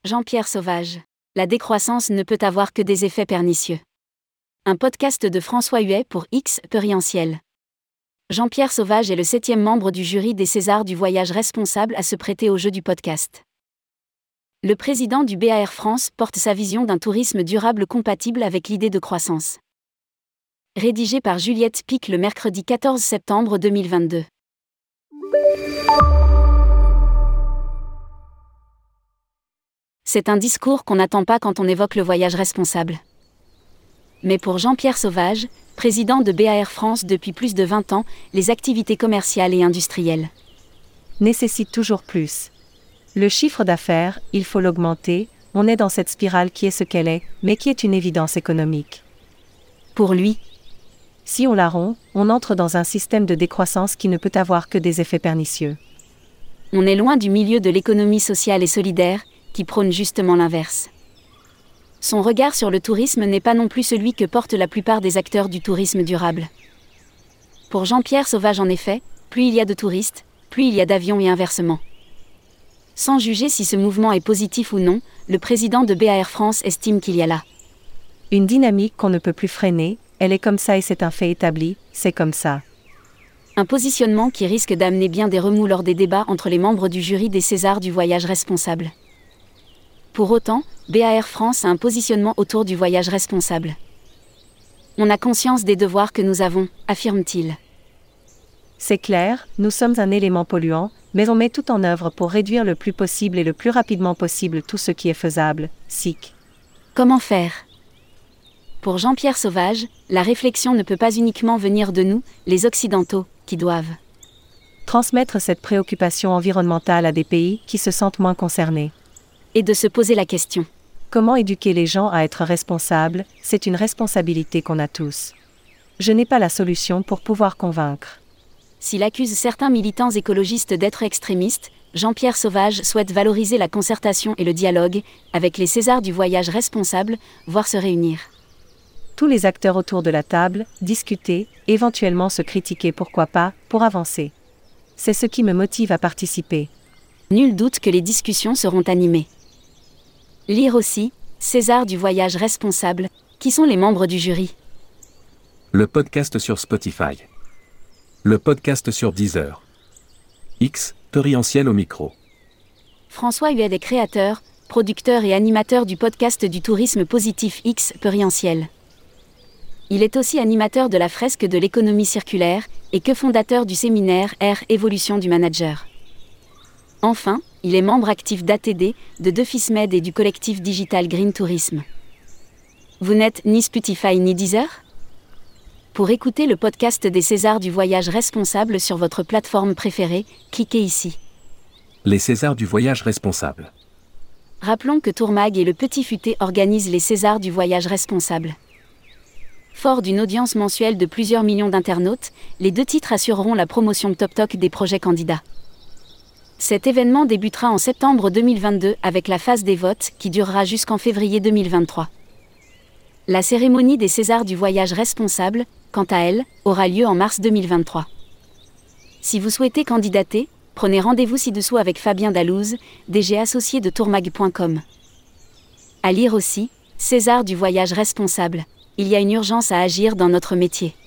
Jean-Pierre Sauvage. La décroissance ne peut avoir que des effets pernicieux. Un podcast de François Huet pour Expérientiel. Jean-Pierre Sauvage est le 7e membre du jury des Césars du voyage responsable à se prêter au jeu du podcast. Le président du BAR France porte sa vision d'un tourisme durable compatible avec l'idée de croissance. Rédigé par Juliette Pic le mercredi 14 septembre 2022. C'est un discours qu'on n'attend pas quand on évoque le voyage responsable. Mais pour Jean-Pierre Sauvage, président de BAR France depuis plus de 20 ans, les activités commerciales et industrielles nécessitent toujours plus. Le chiffre d'affaires, il faut l'augmenter, on est dans cette spirale qui est ce qu'elle est, mais qui est une évidence économique. Pour lui, si on la rompt, on entre dans un système de décroissance qui ne peut avoir que des effets pernicieux. On est loin du milieu de l'économie sociale et solidaire, qui prône justement l'inverse. Son regard sur le tourisme n'est pas non plus celui que portent la plupart des acteurs du tourisme durable. Pour Jean-Pierre Sauvage en effet, plus il y a de touristes, plus il y a d'avions et inversement. Sans juger si ce mouvement est positif ou non, le président de BAR France estime qu'il y a là une dynamique qu'on ne peut plus freiner, elle est comme ça et c'est un fait établi, c'est comme ça. Un positionnement qui risque d'amener bien des remous lors des débats entre les membres du jury des Césars du voyage responsable. Pour autant, BAR France a un positionnement autour du voyage responsable. On a conscience des devoirs que nous avons, affirme-t-il. C'est clair, nous sommes un élément polluant, mais on met tout en œuvre pour réduire le plus possible et le plus rapidement possible tout ce qui est faisable, SIC. Comment faire ? Pour Jean-Pierre Sauvage, la réflexion ne peut pas uniquement venir de nous, les Occidentaux, qui doivent transmettre cette préoccupation environnementale à des pays qui se sentent moins concernés. Et de se poser la question. Comment éduquer les gens à être responsables, c'est une responsabilité qu'on a tous. Je n'ai pas la solution pour pouvoir convaincre. S'il accuse certains militants écologistes d'être extrémistes, Jean-Pierre Sauvage souhaite valoriser la concertation et le dialogue, avec les Césars du voyage responsable, voire se réunir. Tous les acteurs autour de la table, discuter, éventuellement se critiquer pourquoi pas, pour avancer. C'est ce qui me motive à participer. Nul doute que les discussions seront animées. Lire aussi, César du voyage responsable, qui sont les membres du jury. Le podcast sur Spotify. Le podcast sur Deezer. Expérientiel au micro. François Huet est créateur, producteur et animateur du podcast du tourisme positif Expérientiel. Il est aussi animateur de la fresque de l'économie circulaire et cofondateur du séminaire Air Évolution du Manager. Enfin, il est membre actif d'ATD, de Defismed et du collectif digital Green Tourisme. Vous n'êtes ni Spotify ni Deezer ? Pour écouter le podcast des Césars du voyage responsable sur votre plateforme préférée, cliquez ici. Les Césars du voyage responsable. Rappelons que Tourmag et le Petit Futé organisent les Césars du voyage responsable. Fort d'une audience mensuelle de plusieurs millions d'internautes, les 2 titres assureront la promotion top-toc des projets candidats. Cet événement débutera en septembre 2022 avec la phase des votes qui durera jusqu'en février 2023. La cérémonie des Césars du voyage responsable, quant à elle, aura lieu en mars 2023. Si vous souhaitez candidater, prenez rendez-vous ci-dessous avec Fabien Dallouz, DG associé de tourmag.com. À lire aussi, César du voyage responsable. Il y a une urgence à agir dans notre métier.